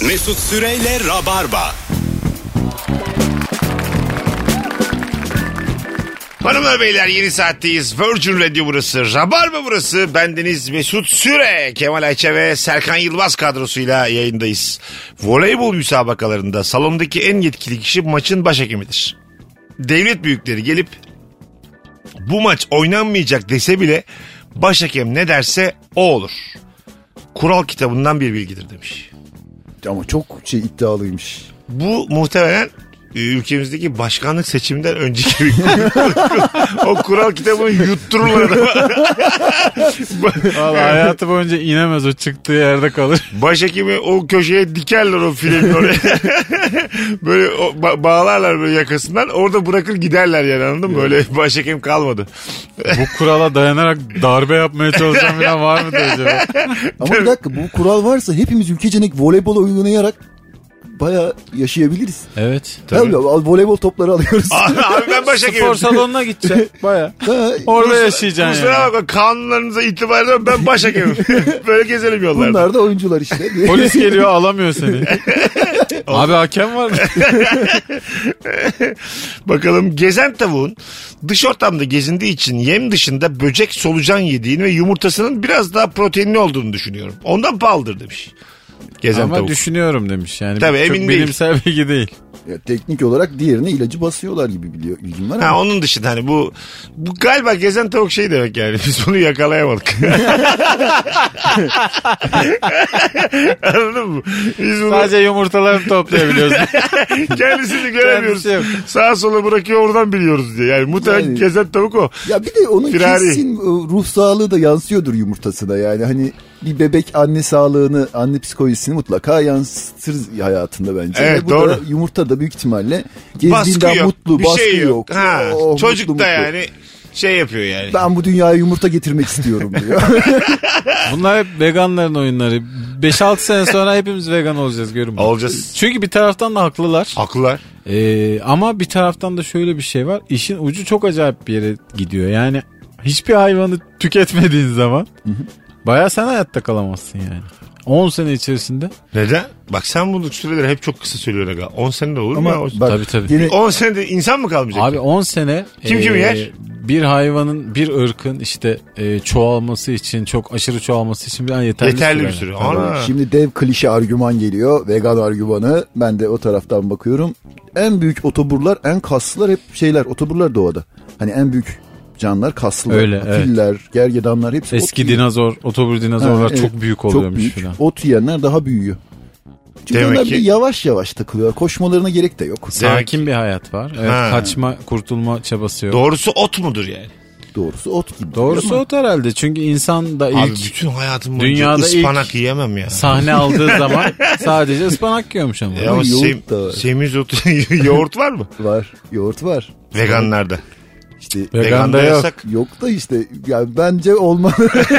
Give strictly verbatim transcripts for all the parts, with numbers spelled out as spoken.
Mesut Süreyle Rabarba. Hanımlar beyler, yeni saatteyiz. Virgin Radio burası. Rabarba burası. Bendeniz Mesut Süre, Kemal Ayça ve Serkan Yılmaz kadrosuyla yayındayız. Voleybol müsabakalarında salondaki en yetkili kişi maçın başhekimidir. Devlet büyükleri gelip bu maç oynanmayacak dese bile başhakem ne derse o olur. Kural kitabından bir bilgidir demiş. Ama çok şey iddialıymış. Bu muhtemelen ülkemizdeki başkanlık seçiminden önceki bir o kural kitabını yuttururlar adama. Valla hayatı boyunca inemez, o çıktığı yerde kalır. Başhekimi o köşeye dikerler, o filmin oraya. Böyle o, ba- bağlarlar böyle yakasından, orada bırakır giderler yani, anladın mı? Böyle başhekim kalmadı. Bu kurala dayanarak darbe yapmaya çalışan falan var mı acaba? Ama bir dakika, bu kural varsa hepimiz ülkecenek voleybol oynayarak bayağı yaşayabiliriz. Evet. Tabii. Voleybol topları alıyoruz. Abi ben başhekimim. Spor salonuna gideceksin baya. Orada yaşayacaksın Kusura yani. bakma, kanunlarınıza itibar edemem, ben başhekimim. Böyle gezelim yollarda. Bunlar da oyuncular işte. Polis geliyor, alamıyor seni. Abi hakem var mı? Bakalım, gezen tavuğun dış ortamda gezindiği için yem dışında böcek, solucan yediğini ve yumurtasının biraz daha proteinli olduğunu düşünüyorum. Ondan pahalıdır demiş. Gezen Ama tavuk. düşünüyorum demiş yani. Tabii, çok emin değil. bilimsel bilgi değil. Ya, teknik olarak diğerine ilacı basıyorlar gibi biliyor, bilgim var ama. Ha, onun dışında hani bu, bu galiba gezen tavuk şey demek yani. Biz bunu yakalayamadık. Anladın mı? Biz bunu... Sadece yumurtalarını toplayabiliyoruz. Kendisini göremiyoruz. Kendisi yok. Sağa sola bırakıyor, oradan biliyoruz diye. Yani muhtemelen Yani- gezen tavuk o. Ya bir de onun Firari. kesin ruh sağlığı da yansıyordur yumurtasına yani. Hani bir bebek anne sağlığını, anne psikolojisini mutlaka yansıtır hayatında bence. Evet, Ve bu doğru. da yumurta da büyük ihtimalle Baskı gezdiğinden yok. mutlu, bir baskı şey yok. yok. Ha, Oh, çocuk mutlu, da mutlu. yani şey yapıyor yani. Ben bu dünyaya yumurta getirmek istiyorum diyor. Bunlar hep veganların oyunları. beş altı sene sonra hepimiz vegan olacağız, görün. Olacağız. Çünkü bir taraftan da haklılar. Haklılar. Ee, ama bir taraftan da şöyle bir şey var. İşin ucu çok acayip bir yere gidiyor. Yani hiçbir hayvanı tüketmediğin zaman bayağı sen hayatta kalamazsın yani. on sene içerisinde. Neden? Bak sen bunu süreleri hep çok kısa söylüyorsun aga. on sene de olur Ama mu? bak, Tabii, tabii. yine on senede insan mı kalmayacak? Abi on sene Kim kimi yer? bir hayvanın, bir ırkın işte e, çoğalması için, çok aşırı çoğalması için bir an yeterli, Yeterli bir süre. süre. Tabii. Ana. şimdi dev klişe argüman geliyor. Vegan argümanı. Ben de o taraftan bakıyorum. En büyük otoburlar, en kaslılar hep şeyler. Otoburlar doğada. Hani en büyük canlılar kaslılar. Öyle, evet. Filler, gergedanlar hepsi Eski ot yiyor. dinozor, otobur dinozorlar Ha, evet. çok büyük Çok oluyormuş büyük. filan. Ot yiyenler daha büyüyor. Çünkü Demek onlar ki- bir yavaş yavaş takılıyor. Koşmalarına gerek de yok. Sakin bir hayat var. Evet, Ha. kaçma, kurtulma çabası yok. Doğrusu ot mudur yani? Doğrusu ot gibi. Doğrusu ama ot herhalde. Çünkü insan da Abi ilk bütün hayatım boyunca dünyada ıspanak ilk- yiyemem ya. sahne aldığı zaman sadece ıspanak yiyormuş ama. Ya ama yoğurt sem- da var. semizotu yoğurt var mı? var. Yoğurt var. Veganlarda. İşte Veganda yok. yasak. yok da işte yani bence olmalı.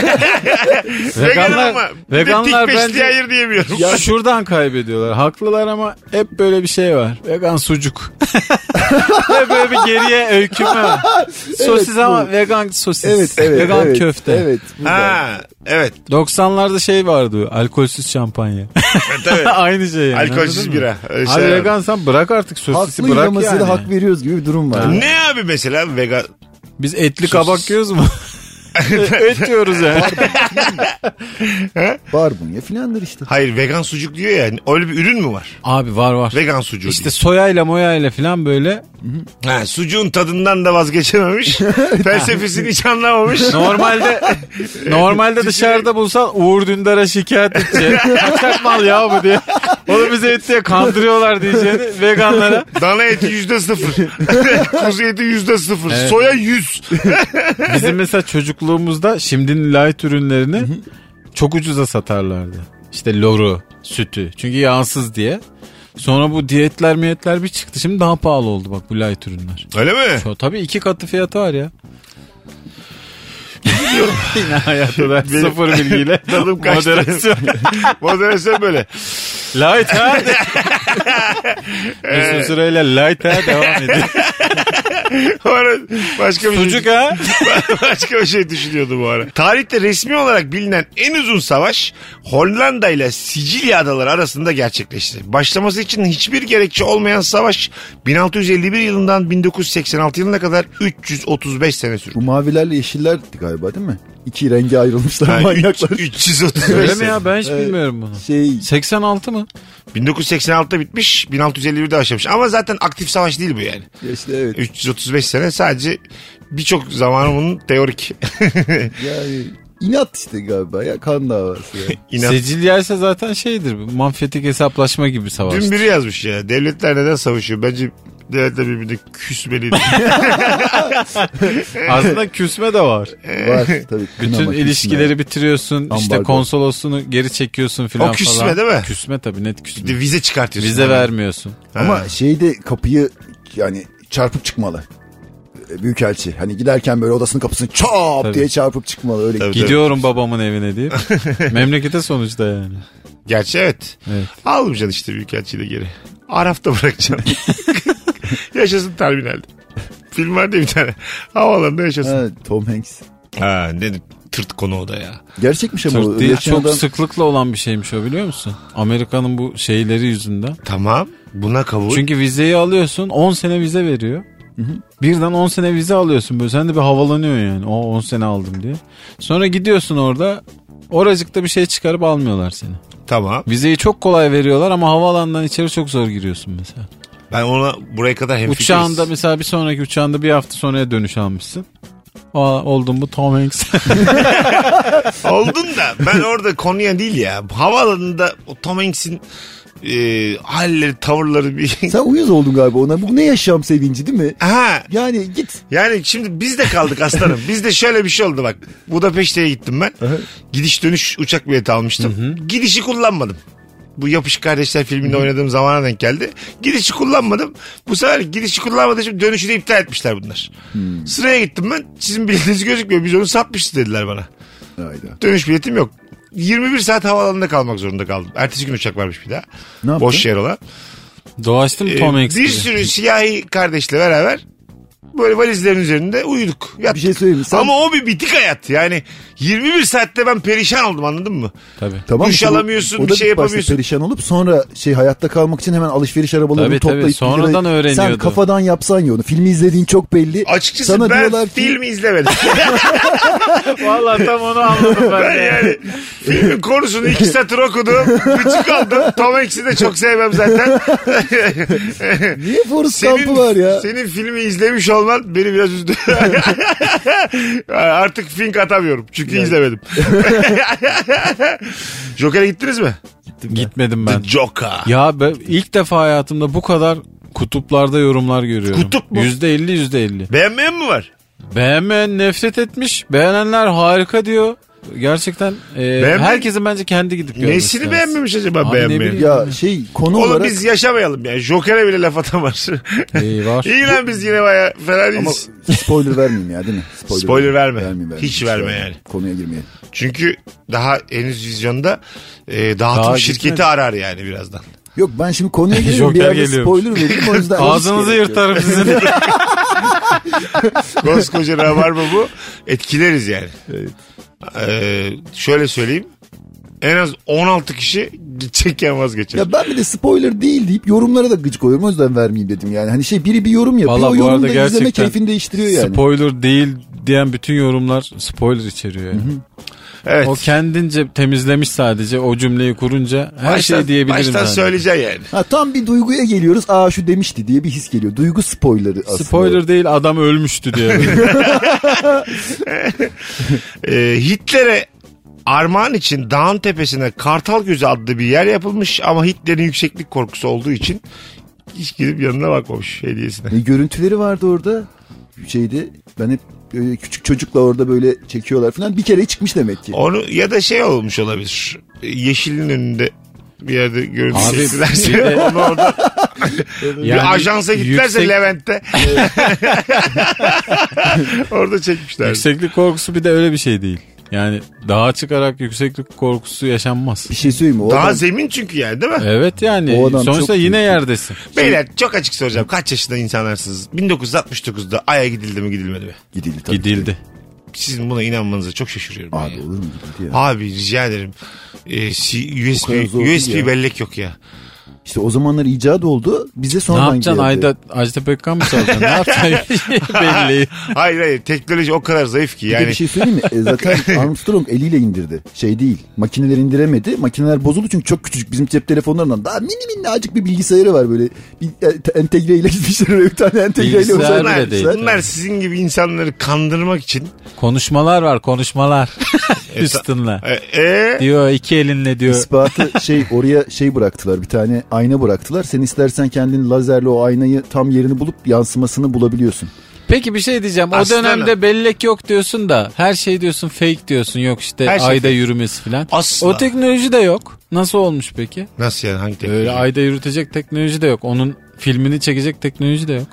Vegan Veganlar, ama veganlar bir de dik bence beşliğe hayır diyemiyorum. ya şuradan kaybediyorlar. Haklılar ama hep böyle bir şey var. Vegan sucuk. Hep böyle bir geriye öykünme var. Sosis Evet, ama bu. vegan sosis. evet evet. Vegan evet, köfte. Evet. bu da. Ha, evet. doksanlarda şey vardı. Alkolsüz şampanya. Tabii. Aynı şey yani. Alkolsüz anladın mı? bira. Öyle Abi şeyler var. vegansan bırak artık sosisi, Haklıyız bırak ama size yani. de hak veriyoruz gibi bir durum var. Ne abi mesela vegan? Biz etli Sosis. kabak yiyoruz mu? Et diyoruz yani. Barbunya filandır işte. Hayır, vegan sucuk diyor ya. Öyle bir ürün mü var? Abi var var. Vegan sucuğu İşte diye. soyayla moyayla falan böyle. Ha, sucuğun tadından da vazgeçememiş. Felsefesini hiç anlamamış. Normalde normalde dışarıda bulsan Uğur Dündar'a şikayet edecek. Kaçak mal ya bu diye. Onu bize et diye kandırıyorlar diyeceğini veganlara. Dana eti yüzde sıfır. Kuzu eti yüzde sıfır. Evet. Soya yüz. Bizim mesela çocukluğumuzda şimdinin light ürünlerini çok ucuza satarlardı. İşte loru, sütü. Çünkü yağsız diye. Sonra bu diyetler miyetler bir çıktı. Şimdi daha pahalı oldu bak bu light ürünler. Öyle mi? Şu, tabii iki katı fiyatı var ya. Yine hayatta da Benim- sıfır bilgiyle Tadım kaçtı. moderasyon. Moderasyon böyle. Light ha. Mesut Süreyle light ha devam ediyor. Bu ara başka bir Sucuk şey, ha? başka bir şey düşünüyordu bu ara. Tarihte resmi olarak bilinen en uzun savaş Hollanda ile Sicilya adaları arasında gerçekleşti. Başlaması için hiçbir gerekçe olmayan savaş bin altı yüz elli bir yılından bin dokuz yüz seksen altı yılına kadar üç yüz otuz beş sene sürdü. Bu mavilerle yeşillerdi galiba değil mi? İki renge ayrılmışlar Ha, manyaklar. üç yüz otuz beş Öyle mi sene. ya? Ben hiç Evet. bilmiyorum bunu. Şey seksen altı mı? bin dokuz yüz seksen altıda bitmiş, bin altı yüz elli birde başlamış. Ama zaten aktif savaş değil bu yani. işte evet. üç yüz otuz beş sene sadece birçok zamanı bunun teorik. Yani inat işte galiba ya, kan davası ya. İnat. Sicilya ise zaten şeydir. Mafyatik hesaplaşma gibi savaş. Dün biri yazmış ya. Devletler neden savaşıyor? Bence devletler birbirine küsmeliydi. Aslında küsme de var. Var tabii. Bütün Kınama, ilişkileri küsme. bitiriyorsun. İşte Ambargo. konsolosluğunu geri çekiyorsun filan O küsme falan. değil mi? Küsme tabii, net Bir küsme. de vize çıkartıyorsun. Vize vermiyorsun. Ama şeyde kapıyı yani çarpıp çıkmalı. Büyükelçi. Hani giderken böyle odasının kapısını çap Tabii. diye çarpıp çıkmalı. Öyle Tabii. Gidiyorum babamın evine deyip. Memlekete sonuçta yani. Gerçi evet. Evet. Almayacaksın işte büyükelçiyi de geri. Araf'ta bırakacaksın. Yaşasın terminalde. Film var diye bir tane. Havalarında yaşasın. Ha, Tom Hanks. Ha, ne tırt konu o da ya. Gerçekmiş ama. Tırt değil, yaşayan çok adam- sıklıkla olan bir şeymiş o, biliyor musun? Amerika'nın bu şeyleri yüzünden. Tamam. Buna kabul. Çünkü vizeyi alıyorsun, on sene vize veriyor. Birden on sene vize alıyorsun böyle. Sen de bir havalanıyorsun yani. O on sene aldım diye. Sonra gidiyorsun orada. Oracıkta bir şey çıkarıp almıyorlar seni. Tamam. Vizeyi çok kolay veriyorlar ama havaalanından içeri çok zor giriyorsun mesela. Ben ona buraya kadar hemfikiriz. Uçağında mesela bir sonraki uçağında bir hafta sonraya dönüş almışsın. Aa, oldun bu Tom Hanks. Oldun da ben orada konuya değil ya. Havaalanında o Tom Hanks'in e, halleri, tavırları bir... Sen uyuz oldun galiba ona. Bu ne yaşam sevinci değil mi? Ha. Yani git. Yani şimdi biz de kaldık aslanım. Bizde şöyle bir şey oldu bak. Budapeşte'ye gittim ben. Gidiş dönüş uçak bileti almıştım. Gidişi kullanmadım. Bu Yapışık Kardeşler filminde oynadığım zamana denk geldi. Gidişi kullanmadım. Bu sefer gidişi kullanmadığım için dönüşü de iptal etmişler bunlar. Hmm. Sıraya gittim ben. Sizin biletiniz gözükmüyor. Biz onu satmışız dediler bana. Hayda. Dönüş biletim yok. yirmi bir saat havaalanında kalmak zorunda kaldım. Ertesi gün uçak varmış bir daha. Ne Boş yer olan. Doğaçtı mı Tom Ee, Hanks bir gibi? sürü siyahi kardeşle beraber böyle valizlerin üzerinde uyuduk. Yattık. Bir şey söyleyeyim mi? Sen... Ama o bir bitik hayat. Yani yirmi bir saatte ben perişan oldum, anladın mı? Tabii. Tamam, Duş işte o- alamıyorsun, o da bir şey ilk başta yapamıyorsun. perişan olup sonra şey hayatta kalmak için hemen alışveriş arabalarını Tabii, tabii. toplayıp. Sonradan bir liraya- öğreniyordu. Sen kafadan yapsan ya onu. Filmi izlediğin çok belli. Açıkçası Sana ben diyorlar ki, filmi izlemedim. Vallahi tam onu anladım ben. Ben yani filmin konusunu iki satır okudum. Gıcık oldum. Tom Hanks'i de çok sevmem zaten. niye Forrest Gump'ı var ya? Senin filmi izlemiş olman beni biraz üzdü. Artık fink atamıyorum. Çünkü izlemedim. Joker'e gittiniz mi? Gitmedim ben. The Joker. Ya ben ilk defa hayatımda bu kadar kutuplarda yorumlar görüyorum. Kutup mu? yüzde elli yüzde elli. Beğenmeyen mi var? Beğenmeyen nefret etmiş. Beğenenler harika diyor. Gerçekten e, Beğenme- herkesin bence kendi gidip görmesi Nesini lazım. beğenmemiş acaba Abi ne beğenmeyen? bileyim. Ya şey konu Oğlum olarak biz yaşamayalım yani. Joker'e bile laf atamaz. İyi var. İyi lan biz yine baya fena ama değiliz. spoiler vermeyeyim ya değil mi? Spoiler verme. Vermeyeyim, vermeyeyim. Hiç verme vermeyeyim. yani. Konuya girmeyelim. Çünkü daha henüz vizyonda e, dağıtım Daha şirketi gitmedi. arar yani birazdan. Yok ben şimdi konuya gireyim bir Joker yerde geliyormuş. spoiler vereyim o yüzden. Ağzınızı hiç gerek yok. yırtarım sizin. Koskoca rabarba bu. Etkileriz yani. Evet. Ee, şöyle söyleyeyim. En az on altı kişi gidecekken vazgeçer. Ya ben bir de spoiler değil deyip yorumlara da gıcık oluyorum. O yüzden vermeyeyim dedim yani. Hani şey biri bir yorum yapıyor. Valla o bu yorum arada da izleme gerçekten keyfini değiştiriyor yani. spoiler değil diyen bütün yorumlar spoiler içeriyor yani. Evet. O kendince temizlemiş sadece o cümleyi kurunca her Baştan- şeyi diyebilirim Baştan zaten. söyleyeceksin yani. Ha, tam bir duyguya geliyoruz. Aa şu demişti diye bir his geliyor. Duygu spoilerı aslında. Spoiler değil, adam ölmüştü diye. Ee, Hitler'e armağan için dağın tepesine Kartal Gözü adlı bir yer yapılmış ama Hitler'in yükseklik korkusu olduğu için hiç gidip yanına bakmamış hediyesine. E, görüntüleri vardı orada. Şeydi. Ben hep böyle küçük çocukla orada böyle çekiyorlar falan. Bir kere çıkmış demek ki. Onu ya da şey olmuş olabilir. Yeşilin önünde bir yerde görüntü Abi, çektilerse bir de- onu orada bir Yani ajansa gittilerse yüksek- Levent'te orada çekmişler. Yükseklik korkusu bir de öyle bir şey değil. Yani dağa çıkarak yükseklik korkusu yaşanmaz. Bir şey söyleyeyim mi? O Daha adam- zemin çünkü yani değil mi? Evet yani O adam sonuçta çok yine büyük. yerdesin. Beyler çok açık soracağım. Kaç yaşında insanlarsınız? bin dokuz yüz altmış dokuzda Ay'a gidildi mi gidilmedi mi? Gidildi tabii. Gidildi. Sizin buna inanmanıza çok şaşırıyorum. ben Abi ya. olur mu? Gidildi ya. Abi rica ederim. Ee, C- U S O kadar B, zor U S değil B ya. bellek yok ya. İşte o zamanlar icat oldu. Bize Ne sonradan yapacaksın geldi. Ayda Ajda Pekkan mı çalacaksın? Ne yapacaksın? Belli. Hayır hayır teknoloji o kadar zayıf ki Bir de yani. bir şey söyleyeyim mi? E, zaten Armstrong eliyle indirdi. Şey değil. Makineler indiremedi. Makineler bozuldu çünkü çok küçük. Bizim cep telefonlarından daha mini minnacık bir bilgisayarı var böyle. Bir e, entegreyle gitmişler. Bir tane entegreyle Bilgisayar uzay bile Bunlar, değil. bunlar sizin gibi insanları kandırmak için. Konuşmalar var konuşmalar. Üstünle. E, e, Diyor iki elinle diyor. İspatı şey oraya şey bıraktılar. Bir tane ayna bıraktılar. Sen istersen kendin lazerle o aynayı tam yerini bulup yansımasını bulabiliyorsun. Peki bir şey diyeceğim. O Aslanım. dönemde bellek yok diyorsun da her şey diyorsun fake diyorsun. Yok işte Her şey ayda fake. yürümesi falan. Asla. O teknoloji de yok. Nasıl olmuş peki? Nasıl yani hangi teknoloji? Öyle ayda yürütecek teknoloji de yok. Onun filmini çekecek teknoloji de yok.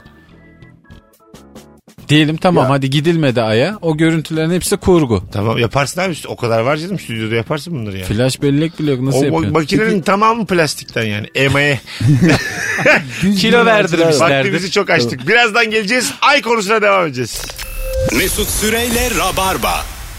Diyelim tamam Ya. hadi gidilmedi Ay'a. O görüntülerin hepsi kurgu. Tamam yaparsın abi o kadar var canım stüdyoda yaparsın bunları yani. Flash bellek bile yok. Nasıl O yapıyorsun? makinenin tamamı plastikten yani. Emaye. Kilo verdirmişler. Vaktimizi çok açtık. Birazdan geleceğiz. Ay konusuna devam edeceğiz. Mesut Süreyle Rabarba.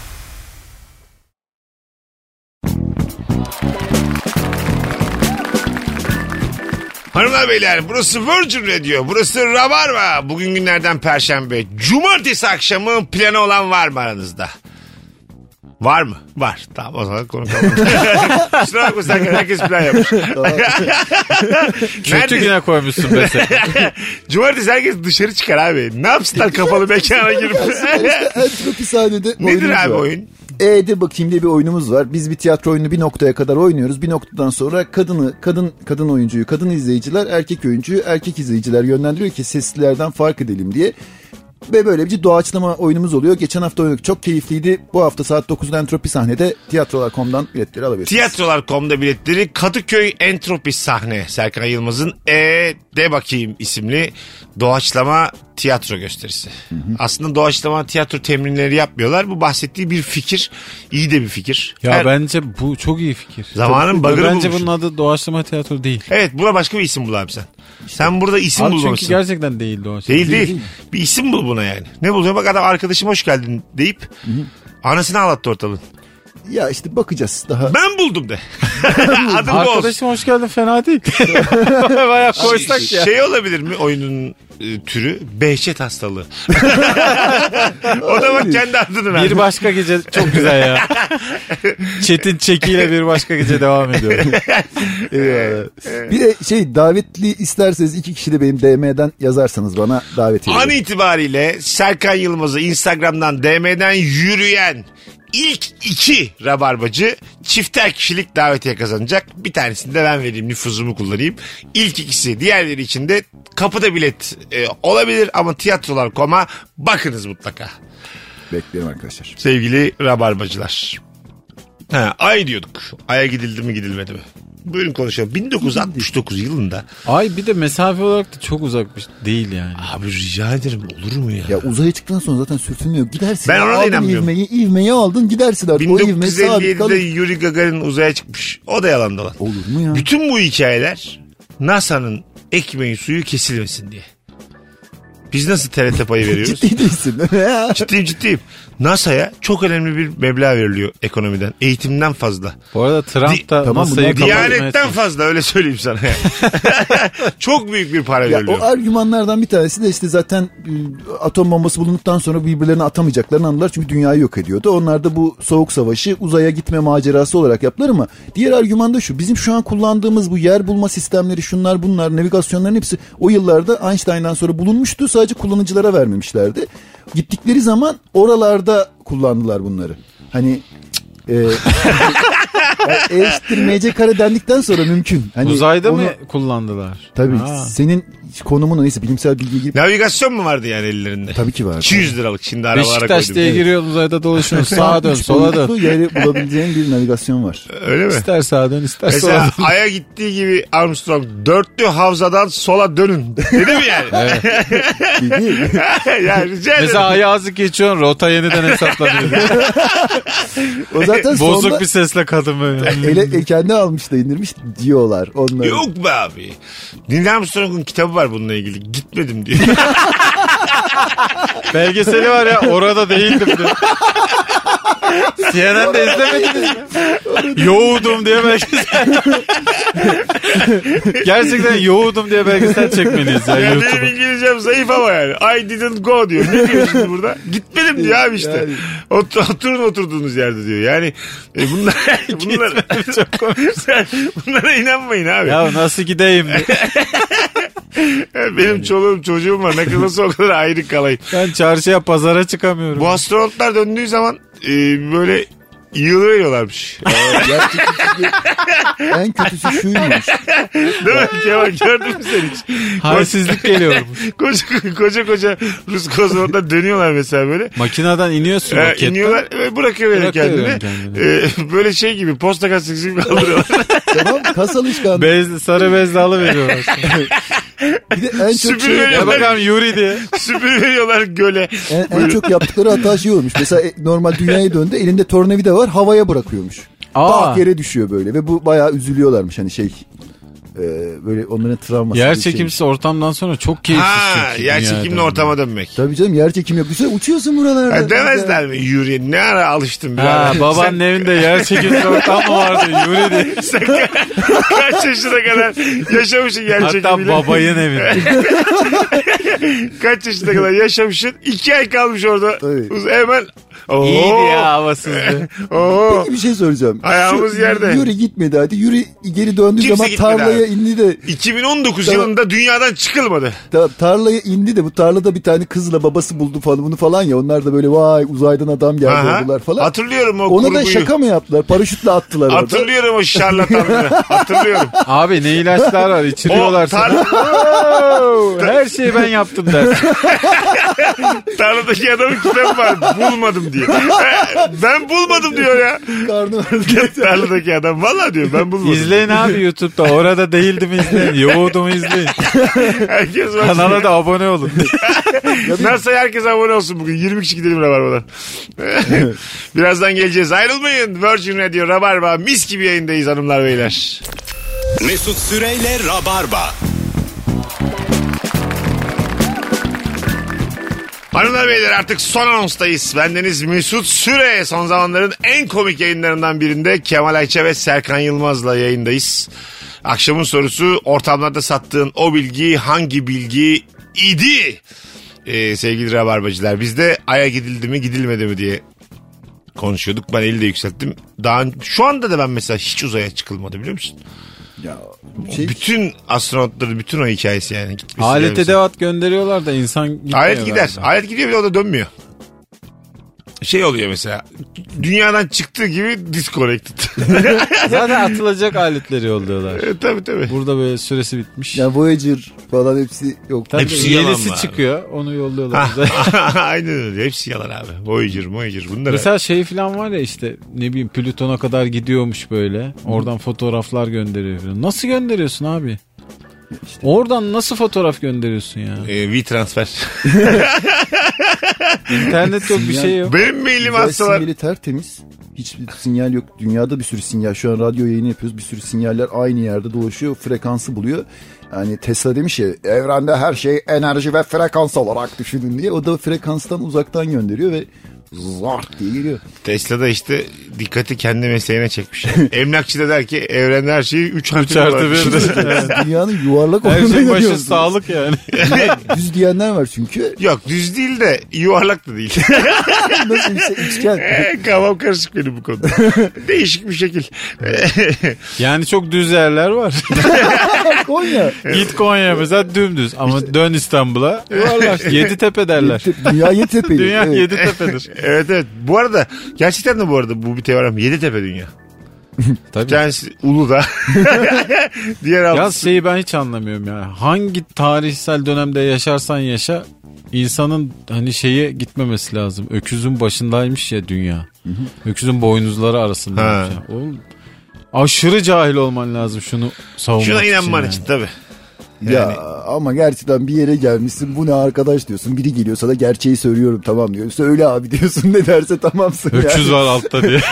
Hanımlar beyler burası Virgin Radio. Burası Rabarba. Bugün günlerden Perşembe. Cumartesi akşamı planı olan var mı aranızda? Var mı? Var. Tamam o zaman konu kapandı. Kusura bakma Serkan herkes plan yapmış. Kötü Nerede- güne koymuşsun mesela. Cumartesi herkes dışarı çıkar abi. Ne yapsınlar kapalı mekana girip. Entropi sahnede Nedir oyunumuz abi var. oyun? E de bakayım diye bir oyunumuz var. Biz bir tiyatro oyunu bir noktaya kadar oynuyoruz. Bir noktadan sonra kadını, kadın kadın oyuncuyu, kadın izleyiciler, erkek oyuncuyu, erkek izleyiciler yönlendiriyor ki seslilerden fark edelim diye. Ve böyle bir doğaçlama oyunumuz oluyor. Geçen hafta oynadık. Çok keyifliydi. Bu hafta saat dokuzda Entropi sahnede tiyatrolar nokta com'dan biletleri alabilirsiniz. Tiyatrolar nokta com'da biletleri Kadıköy Entropi sahne. Serkan Yılmaz'ın E de bakayım isimli doğaçlama tiyatro gösterisi. Hı hı. Aslında doğaçlama tiyatro temrinleri yapmıyorlar. Bu bahsettiği bir fikir. İyi de bir fikir. Ya Her- bence bu çok iyi fikir. Zamanın Çok- bug'ını Bence bulmuşsun. bunun adı doğaçlama tiyatro değil. Evet buna başka bir isim bul abi sen. Sen burada isim Abi çünkü bulmamışsın. gerçekten değil doğaçlama. Değil, değil değil. Bir isim bul buna yani. Ne buluyor? Bak adam arkadaşım hoş geldin deyip anasını ağlattı ortalığın. Ya işte bakacağız daha. Ben buldum de. Adım bu olsun. Arkadaşım hoş geldin fena değil. Bayağı koysak ya. Şey olabilir mi oyunun e, türü? Behçet hastalığı. O da bak kendi adını verdi. Bir başka gece çok güzel ya. Çetin çekiyle bir başka gece devam ediyor. Eyvallah. Bir de şey davetli isterseniz iki kişi de benim D M'den yazarsanız bana davet edin. An itibariyle Serkan Yılmaz'ı Instagram'dan D M'den yürüyen ilk iki rabarbacı çifter kişilik davetiye kazanacak. Bir tanesini de ben vereyim, nüfuzumu kullanayım. İlk ikisi, diğerleri için de kapıda bilet e, olabilir ama tiyatrolar nokta com'a bakınız mutlaka. Bekliyorum arkadaşlar. Sevgili rabarbacılar. Ha, ay diyorduk. Ay'a gidildi mi gidilmedi mi? Buyurun konuşalım. bin dokuz yüz altmış dokuz yılında. Ay bir de mesafe olarak da çok uzakmış değil yani. Abi rica ederim olur mu ya? Ya uzaya çıktıktan sonra zaten sürtünmüyor. Gidersin. Ben ona da aldın inanmıyorum. ivmeyi, ivmeyi aldın gidersin artık. O ivme bin dokuz yüz elli sabit yedide kalır. Yuri Gagarin uzaya çıkmış. O da yalan dolan. Olur mu ya? Bütün bu hikayeler NASA'nın ekmeği suyu kesilmesin diye. Biz nasıl T R T payı veriyoruz? Ciddi değilsin. Ciddiyim ciddiyim. NASA'ya çok önemli bir meblağ veriliyor ekonomiden. Eğitimden fazla. Bu arada Trump Di- da Tamam, masayı bunlar kapatmaya Diyanetten çalışıyor. fazla öyle söyleyeyim sana. Çok büyük bir para Ya veriliyor. o argümanlardan bir tanesi de işte zaten e, atom bombası bulunduktan sonra birbirlerine atamayacaklarını anladılar. Çünkü dünyayı yok ediyordu. Onlar da bu soğuk savaşı uzaya gitme macerası olarak yaptılar ama diğer argüman da şu. Bizim şu an kullandığımız bu yer bulma sistemleri şunlar bunlar navigasyonların hepsi o yıllarda Einstein'dan sonra bulunmuştu. Sadece kullanıcılara vermemişlerdi. Gittikleri zaman oralarda kullandılar bunları. Hani e, Yani E eşittir M C kare dendikten sonra mümkün. Hani Uzayda onu, mı kullandılar? Tabii Ha. senin konumun neyse bilimsel bilgiye girip. Navigasyon mu vardı yani ellerinde? Tabii ki var. iki yüz liralık şimdi arabalara koydum. Beşiktaş diye giriyor uzayda dolaşıyorsun. Sağa dön, Üç sola dön. boyutlu yeri bulabileceğin bir navigasyon var. Öyle mi? İster sağa dön, ister sola Mesela dön. Ay'a gittiği gibi Armstrong dörtlü havzadan sola dönün. Dedi mi yani? Değil mi? yani rica ederim. Mesela ayağızı geçiyorsun, rota yeniden hesaplanıyor. O zaten Bozuk sonda bir sesle kadın böyle. ele, e, kendi almış da indirmiş diyorlar onları. Yok be abi. Neil Armstrong'un kitabı var bununla ilgili. Gitmedim diyor. Belgeseli var ya, orada değildim diyor. C N N'de izlemediniz mi? Yoğudum diye belgesel. Gerçekten yoğudum diye belgesel çekmeliyiz ya, Yani benim YouTube'a. İngilizcem zayıf ama yani. I didn't go diyor. Ne diyor şimdi burada? Gitmedim diyor abi işte. Yani. Ot- oturun oturduğunuz yerde diyor. Yani e, bunlar, bunlar, Çok komik. bunlara inanmayın abi. Ya nasıl gideyim diye. Benim çoluğum çocuğum var. Ne kadar nasıl o kadar ayrı kalayım. Ben çarşıya pazara çıkamıyorum. Bu astronotlar döndüğü zaman e, böyle yığılıveriyorlarmış. Gerçekten en kötüsü şuymuş. Değil mi? Kemal gördün mü sen hiç? Halsizlik geliyormuş. Koca koca koca Rus kozmonotlar dönüyorlar mesela böyle. Makineden iniyorsun Ee, roketten. iniyorlar ve bırakıyor beni Bırakıyorum kendini. kendini. Ee, böyle şey gibi posta gazetesi gibi kaldırıyorlar. Tamam kas alışkanlığı. Bez, sarı bezle alıveriyorlar. Bir de en çok Süpür şey, veriyor. Ya bakalım Yuri diye. Süpür veriyorlar göle. en, en çok yaptıkları hata şey olmuş. Mesela e, normal dünyaya döndü, elinde tornavida var, havaya bırakıyormuş. Aa. Bak yere düşüyor böyle ve bu bayağı üzülüyorlarmış hani şey. E, böyle onların travması. Yer bir şey. çekimsiz ortamdan sonra çok keyifsiz Ha, çünkü. yer dünyada. çekimli ortama dönmek. Tabii canım, yer çekimi yok. Güzel uçuyorsun buralarda. Ha, demezler mi Yuri? Ne ara alıştın bir Ha, ara? babanın evinde yer çekimsiz ortam mı vardı Yuri diye. Sen ka- kaç yaşına kadar yaşamışsın yer Hatta çekimiyle? babayın evinde. Kaç yaşına kadar yaşamışsın? İki ay kalmış orada. Tabii. Hemen. Oo. İyiydi ya havasızdı. Oo. Peki bir şey soracağım. Ayağımız Şu, yerde. Yuri gitmedi hadi. Yuri geri döndüğü Kimse zaman gitmedi tarlaya abi. indi de iki bin on dokuz Tamam. yılında dünyadan çıkılmadı. ta- tarlaya indi de bu tarlada bir tane kızla babası buldu falan bunu falan ya. Onlar da böyle vay uzaydan adam geldi Aha. oldular falan. Hatırlıyorum o Ona da kurguyu. şaka mı yaptılar? Paraşütle attılar orada. Hatırlıyorum o şarlatanları. Hatırlıyorum. Abi ne ilaçlar var içiriyorlar O sana. tar- Oo, her şeyi ben yaptım dersin. tarladaki adamın kitabı var. Bulmadım diye. Ben bulmadım diyor ya. Karnı vardı. Tarladaki adam. Valla diyor ben bulmadım. İzleyin abi YouTube'da. Orada değildim izleyin. Yoğurdum izleyin. Herkes var. Kanala da abone olun. Nasıl herkes abone olsun bugün. yirmi kişi gidelim Rabarba'dan. Birazdan geleceğiz. Ayrılmayın. Virgin Radio Rabarba. Mis gibi yayındayız hanımlar beyler. Mesut Süreyle Rabarba. Hanımlar beyler artık son anonstayız. Bendeniz Mesut Süre. Son zamanların en komik yayınlarından birinde Kemal Ayça ve Serkan Yılmaz'la yayındayız. Akşamın sorusu ortamlarda sattığın o bilgi hangi bilgi idi? Ee, sevgili Rabarbacılar biz de Ay'a gidildi mi gidilmedi mi diye konuşuyorduk. Ben eli de yükselttim. Daha şu anda da ben mesela hiç uzaya çıkılmadı biliyor musun? Ya, şey, Bütün astronotların bütün o hikayesi yani. Gitmesi Alet gelmesi. edevat gönderiyorlar da insan gitmiyor. Alet gider. galiba. Alet gidiyor bir de o da dönmüyor. Şey oluyor mesela. Dünyadan çıktığı gibi disconnected. Zaten atılacak aletleri yolluyorlar. e, tabii tabii. Burada böyle süresi bitmiş. yani Voyager falan hepsi yok. Tabii hepsi yalan yenisi mı abi? çıkıyor. Onu yolluyorlar. Ha, bize. aynen öyle. Hepsi yalan abi. Voyager, Voyager bunlar. Mesela şey falan var ya işte ne bileyim Plüton'a kadar gidiyormuş böyle. Oradan fotoğraflar gönderiyor falan. Nasıl gönderiyorsun abi? İşte. Oradan nasıl fotoğraf gönderiyorsun ya? E, V-Transfer. İnternet yok bir şey yok. Benim mailim Uzay atsalar. sinyali tertemiz. Hiçbir sinyal yok. Dünyada bir sürü sinyal. Şu an radyo yayını yapıyoruz. Bir sürü sinyaller aynı yerde dolaşıyor. Frekansı buluyor. Yani Tesla demiş ya evrende her şey enerji ve frekans olarak düşünün diye. O da frekanstan uzaktan gönderiyor ve zart diye geliyor. Tesla'da işte dikkati kendi mesleğine çekmiş. Emlakçı da der ki evrende her şeyi üç artı Üç artı bir. bir. Dünyanın yuvarlak Her olduğuna şey başı inanıyorsun. sağlık yani. Düz diyenler var çünkü. Yok düz değil de yuvarlak da değil. Nasıl bir şey? Üçgen. Kafam karışık benim bu konuda. Değişik bir şekil. Yani çok düz yerler var. Konya. Git Konya mesela dümdüz ama dön İstanbul'a yuvarlak. Yeditepe derler. Dünya Yeditepe'li. Dünya Evet. Yeditepe'dir. Evet evet. Bu arada gerçekten de bu arada bu bir teorem. Yeditepe dünya. Bir Tabii. tanesi Uludağ. Diğer Ya altısı. şeyi ben hiç anlamıyorum ya. Hangi tarihsel dönemde yaşarsan yaşa insanın hani şeye gitmemesi lazım. Öküzün başındaymış ya dünya. Öküzün boynuzları arasındaymış. Ya. Oğlum, aşırı cahil olman lazım şunu savunmak Şuna için. inanman yani. için tabii. Ya ama gerçekten bir yere gelmişsin, bu ne arkadaş diyorsun, biri geliyor sana gerçeği söylüyorum tamam diyor, söyle abi diyorsun, ne derse tamamsın. Öküz yani. var altta diye.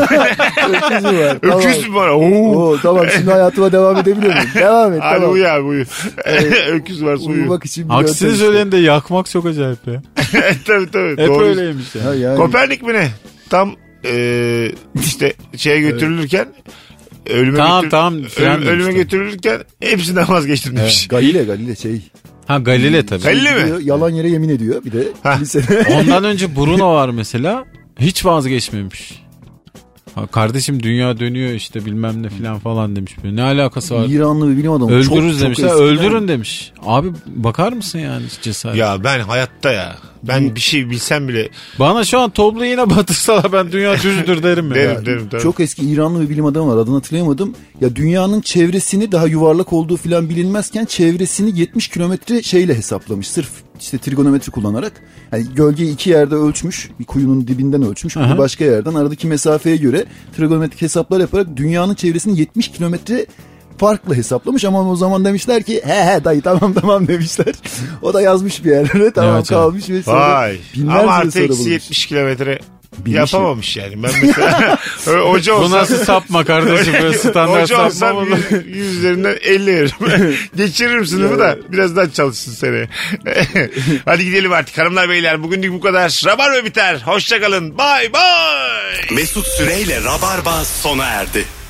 Öküz mü var? Öküz mü var? Oo. Oo, tamam şimdi hayatıma devam edebiliyor muyum? Devam et Hadi tamam. uyu abi uyu. Öküz var uyu. Uyumak için bir Aksini yöntem söyleyen de yakmak çok acayip ya. tabii tabii. Hep Doğru. öyleymiş ya. işte. Ha, yani. Kopernik mi ne? Tam e, işte şeye götürülürken ölüme, Tamam, götür- tamam, fren ölüm- ölüme demiştim. götürülürken hepsinden vazgeçtirmiş. Galile Galile şey. Ha Galile tabii. Galile mi? Diyor, yalan yere yemin ediyor bir de Ha. kilisede. Ondan önce Bruno var mesela. Hiç vazgeçmemiş. Ha, kardeşim dünya dönüyor işte bilmem ne filan falan demiş. Ne alakası var? İranlı bir bilim adamı. Öldürürüz çok, demişler. çok Öldürün demiş. Abi bakar mısın yani cesaret? Ya ben hayatta ya. Ben bir şey bilsem bile Bana şu an toplu iğne batırsalar ben dünya düzdür derim ya. derim derim. derim. Çok eski İranlı bir bilim adamı var, adını hatırlayamadım. Ya dünyanın çevresini, daha yuvarlak olduğu filan bilinmezken çevresini yetmiş kilometre şeyle hesaplamış. Sırf işte trigonometri kullanarak. Yani gölgeyi iki yerde ölçmüş. Bir kuyunun dibinden ölçmüş. Bir başka yerden aradaki mesafeye göre trigonometrik hesaplar yaparak dünyanın çevresini yetmiş kilometre farklı hesaplamış, ama o zaman demişler ki he he dayı tamam tamam demişler. O da yazmış bir yerlere, tamam Evet, kalmış ve sonra Vay. binlerce Ama yıl artı sonra eksi bulmuş. yetmiş kilometre Bilmiş yapamamış yani. Ben mesela hoca Bu olsam nasıl sapma kardeşim böyle standart hoca sapma olsam mı? yüz, yüz üzerinden elli veririm. Geçiririm sınıfı da biraz daha çalışsın seneye. Hadi gidelim artık hanımlar beyler. Bugünlük bu kadar. Rabarba biter. Hoşçakalın. Bye bye. Mesut Süreyle Rabarba sona erdi.